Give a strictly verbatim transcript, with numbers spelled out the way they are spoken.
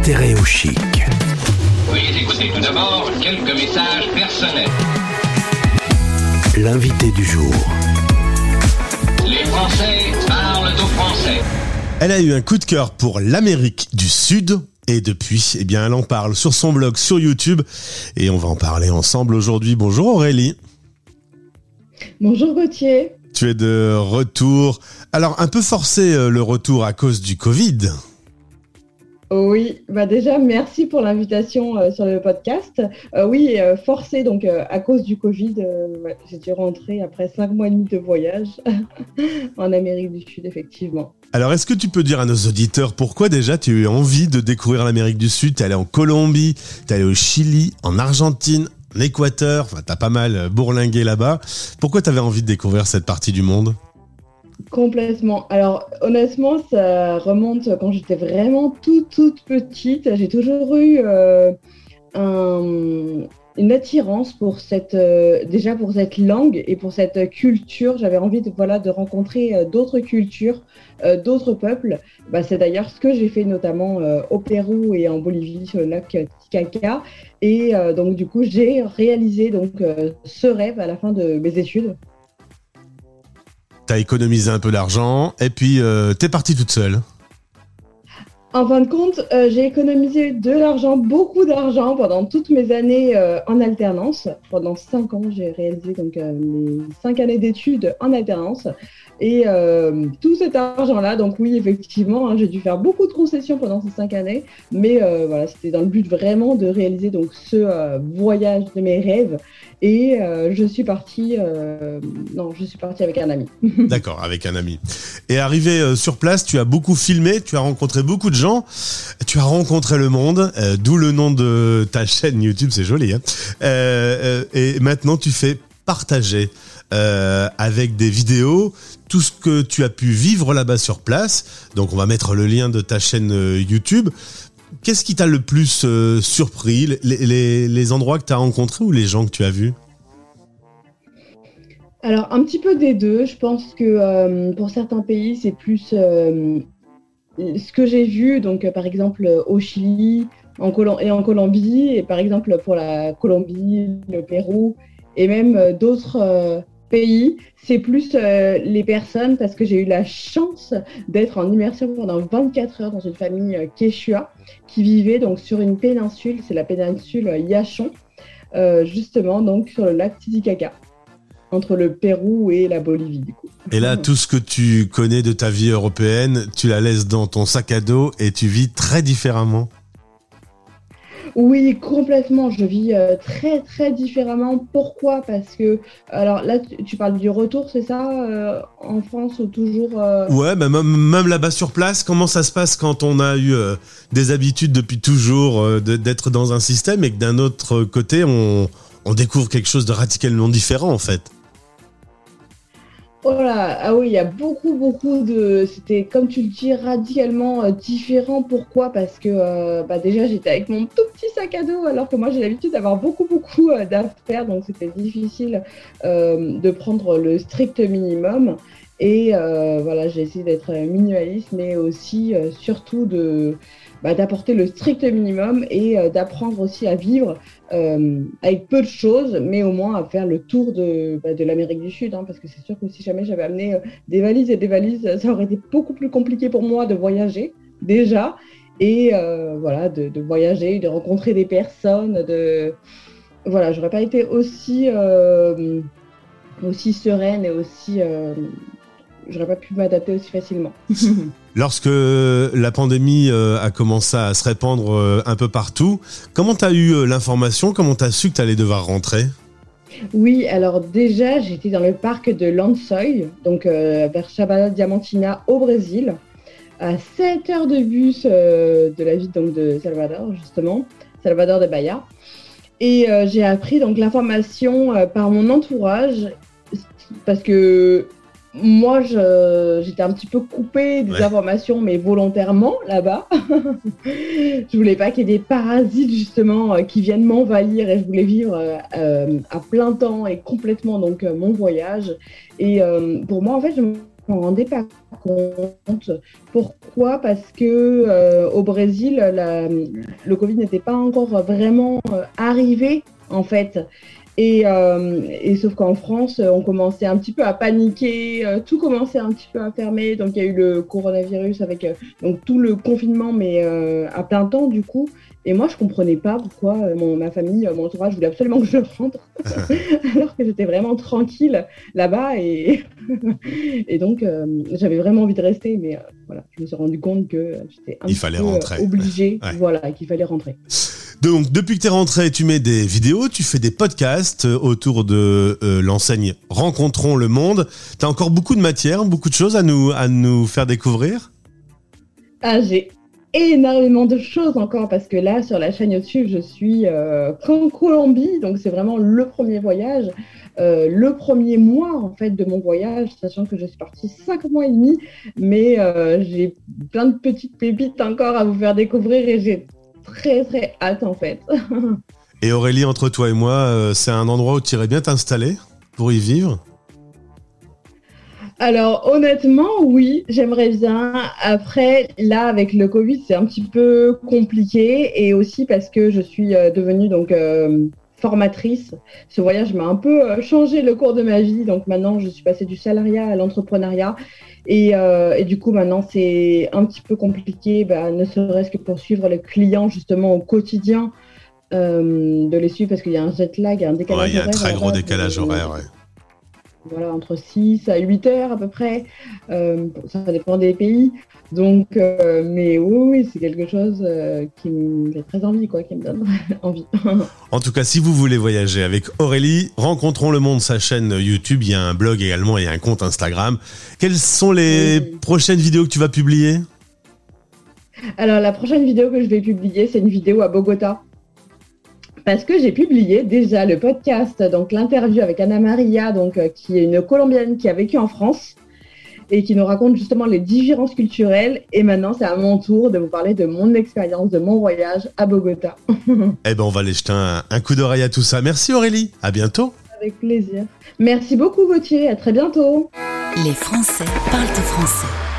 Stéréochic. Veuillez écouter tout d'abord quelques messages personnels. L'invité du jour. Les Français parlent aux Français. Elle a eu un coup de cœur pour l'Amérique du Sud et depuis, eh bien, elle en parle sur son blog, sur YouTube et on va en parler ensemble aujourd'hui. Bonjour Aurélie. Bonjour Gauthier. Tu es de retour. Alors, un peu forcé euh, le retour à cause du Covid. Oui, bah déjà merci pour l'invitation euh, sur le podcast. Euh, oui, euh, forcé donc euh, à cause du Covid, euh, ouais, j'ai dû rentrer après cinq mois et demi de voyage en Amérique du Sud, effectivement. Alors, est-ce que tu peux dire à nos auditeurs pourquoi déjà tu as eu envie de découvrir l'Amérique du Sud ? T'es allé en Colombie, t'es allé au Chili, en Argentine, en Équateur, enfin t'as pas mal bourlingué là-bas. Pourquoi t'avais envie de découvrir cette partie du monde ? Complètement. Alors honnêtement, ça remonte quand j'étais vraiment toute toute petite. J'ai toujours eu euh, un, une attirance pour cette euh, déjà pour cette langue et pour cette culture. J'avais envie de voilà de rencontrer euh, d'autres cultures, euh, d'autres peuples. Bah, c'est d'ailleurs ce que j'ai fait notamment euh, au Pérou et en Bolivie sur le lac Titicaca. Et euh, donc du coup, j'ai réalisé donc euh, ce rêve à la fin de mes études. T'as économisé un peu d'argent et puis euh, t'es partie toute seule. En fin de compte, euh, j'ai économisé de l'argent, beaucoup d'argent pendant toutes mes années euh, en alternance. Pendant cinq ans, j'ai réalisé donc euh, mes cinq années d'études en alternance. Et euh, tout cet argent-là, donc oui, effectivement, hein, j'ai dû faire beaucoup de concessions pendant ces cinq années. Mais euh, voilà, c'était dans le but vraiment de réaliser donc ce euh, voyage de mes rêves. Et euh, je suis partie, euh, non, je suis partie avec un ami. D'accord, avec un ami. Et arrivé euh, sur place, tu as beaucoup filmé, tu as rencontré beaucoup de gens, tu as rencontré le monde, euh, d'où le nom de ta chaîne YouTube, c'est joli. Hein euh, euh, et maintenant, tu fais partager euh, avec des vidéos tout ce que tu as pu vivre là-bas sur place. Donc, on va mettre le lien de ta chaîne euh, YouTube. Qu'est-ce qui t'a le plus euh, surpris, les, les, les endroits que tu as rencontrés ou les gens que tu as vus ? Alors, un petit peu des deux. Je pense que euh, pour certains pays, c'est plus euh, ce que j'ai vu. Donc, euh, par exemple, au Chili en Col- et en Colombie. Et par exemple, pour la Colombie, le Pérou et même euh, d'autres euh, pays, c'est plus euh, les personnes parce que j'ai eu la chance d'être en immersion pendant vingt-quatre heures dans une famille euh, Quechua qui vivait donc sur une péninsule, c'est la péninsule Yachon, euh, justement donc sur le lac Titicaca, entre le Pérou et la Bolivie du coup. Et là, tout ce que tu connais de ta vie européenne, tu la laisses dans ton sac à dos et tu vis très différemment. Oui, complètement. Je vis euh, très, très différemment. Pourquoi ? Parce que, alors là, tu, tu parles du retour, c'est ça, euh, en France ou toujours euh... Ouais, bah, même, même là-bas sur place, comment ça se passe quand on a eu euh, des habitudes depuis toujours euh, de, d'être dans un système et que d'un autre côté, on, on découvre quelque chose de radicalement différent, en fait. Voilà, ah oui, il y a beaucoup, beaucoup de... C'était, comme tu le dis, radicalement euh, différent. Pourquoi ? Parce que euh, bah, déjà, j'étais avec mon tout petit sac à dos, alors que moi, j'ai l'habitude d'avoir beaucoup, beaucoup euh, d'affaires. Donc, c'était difficile euh, de prendre le strict minimum. Et euh, voilà, j'ai essayé d'être minimaliste, mais aussi, euh, surtout, de... Bah, d'apporter le strict minimum et euh, d'apprendre aussi à vivre euh, avec peu de choses, mais au moins à faire le tour de, bah, de l'Amérique du Sud, hein, parce que c'est sûr que si jamais j'avais amené euh, des valises et des valises, ça aurait été beaucoup plus compliqué pour moi de voyager déjà, et euh, voilà, de, de voyager, de rencontrer des personnes, de... Voilà, j'aurais pas été aussi, euh, aussi sereine et aussi... Euh, j'aurais pas pu m'adapter aussi facilement. Lorsque la pandémie a commencé à se répandre un peu partout, comment tu as eu l'information ? Comment tu as su que tu allais devoir rentrer ? Oui, alors déjà, j'étais dans le parc de Lançoy, donc euh, vers Chapada Diamantina au Brésil, à sept heures de bus euh, de la ville donc, de Salvador, justement, Salvador de Bahia. Et euh, j'ai appris donc l'information euh, par mon entourage, parce que moi, je, j'étais un petit peu coupée des ouais. informations, mais volontairement, là-bas. Je voulais pas qu'il y ait des parasites, justement, euh, qui viennent m'envahir et je voulais vivre euh, à plein temps et complètement donc, euh, mon voyage. Et euh, pour moi, en fait, je je m'en rendais pas compte. Pourquoi ? Parce que euh, au Brésil, la, le Covid n'était pas encore vraiment euh, arrivé, en fait. Et, euh, et sauf qu'en France, on commençait un petit peu à paniquer, euh, tout commençait un petit peu à fermer. Donc il y a eu le coronavirus avec euh, donc tout le confinement, mais euh, à plein temps du coup. Et moi, je comprenais pas pourquoi euh, mon, ma famille, mon entourage voulait absolument que je rentre, alors que j'étais vraiment tranquille là-bas. Et, et donc, euh, j'avais vraiment envie de rester, mais euh, voilà, je me suis rendu compte que j'étais un Il petit fallait peu rentrer. obligée, Ouais. voilà, qu'il fallait rentrer. Donc, depuis que tu es rentré, tu mets des vidéos, tu fais des podcasts autour de euh, l'enseigne Rencontrons le Monde. Tu as encore beaucoup de matière, beaucoup de choses à nous, à nous faire découvrir ? Ah, j'ai énormément de choses encore parce que là, sur la chaîne YouTube, je suis euh, qu'en Colombie. Donc, c'est vraiment le premier voyage, euh, le premier mois, en fait, de mon voyage, sachant que je suis partie cinq mois et demi. Mais euh, j'ai plein de petites pépites encore à vous faire découvrir et j'ai très, très hâte, en fait. Et Aurélie, entre toi et moi, euh, c'est un endroit où tu irais bien t'installer pour y vivre ? Alors, honnêtement, oui, j'aimerais bien. Après, là, avec le Covid, c'est un petit peu compliqué et aussi parce que je suis euh, devenue donc euh, formatrice. Ce voyage m'a un peu euh, changé le cours de ma vie. Donc maintenant, je suis passée du salariat à l'entrepreneuriat et, euh, et du coup, maintenant, c'est un petit peu compliqué, bah, ne serait-ce que pour suivre les clients justement au quotidien, euh, de les suivre parce qu'il y a un jet lag, un décalage Ouais, il y a un horaire très gros là-bas, décalage euh, horaire, ouais. Voilà, entre six à huit heures à peu près. Euh, ça dépend des pays. Donc, euh, mais oui, oui, c'est quelque chose euh, qui me fait très envie, quoi, qui me donne envie. En tout cas, si vous voulez voyager avec Aurélie, Rencontrons le Monde, sa chaîne YouTube, il y a un blog également, il y a un compte Instagram. Quelles sont les Oui. prochaines vidéos que tu vas publier ? Alors, la prochaine vidéo que je vais publier, c'est une vidéo à Bogota. Parce que j'ai publié déjà le podcast, donc l'interview avec Anna Maria, donc, euh, qui est une Colombienne qui a vécu en France et qui nous raconte justement les différences culturelles. Et maintenant, c'est à mon tour de vous parler de mon expérience, de mon voyage à Bogota. Eh ben, on va aller jeter un, un coup d'oreille à tout ça. Merci Aurélie, à bientôt. Avec plaisir. Merci beaucoup Gauthier, à très bientôt. Les Français parlent au français.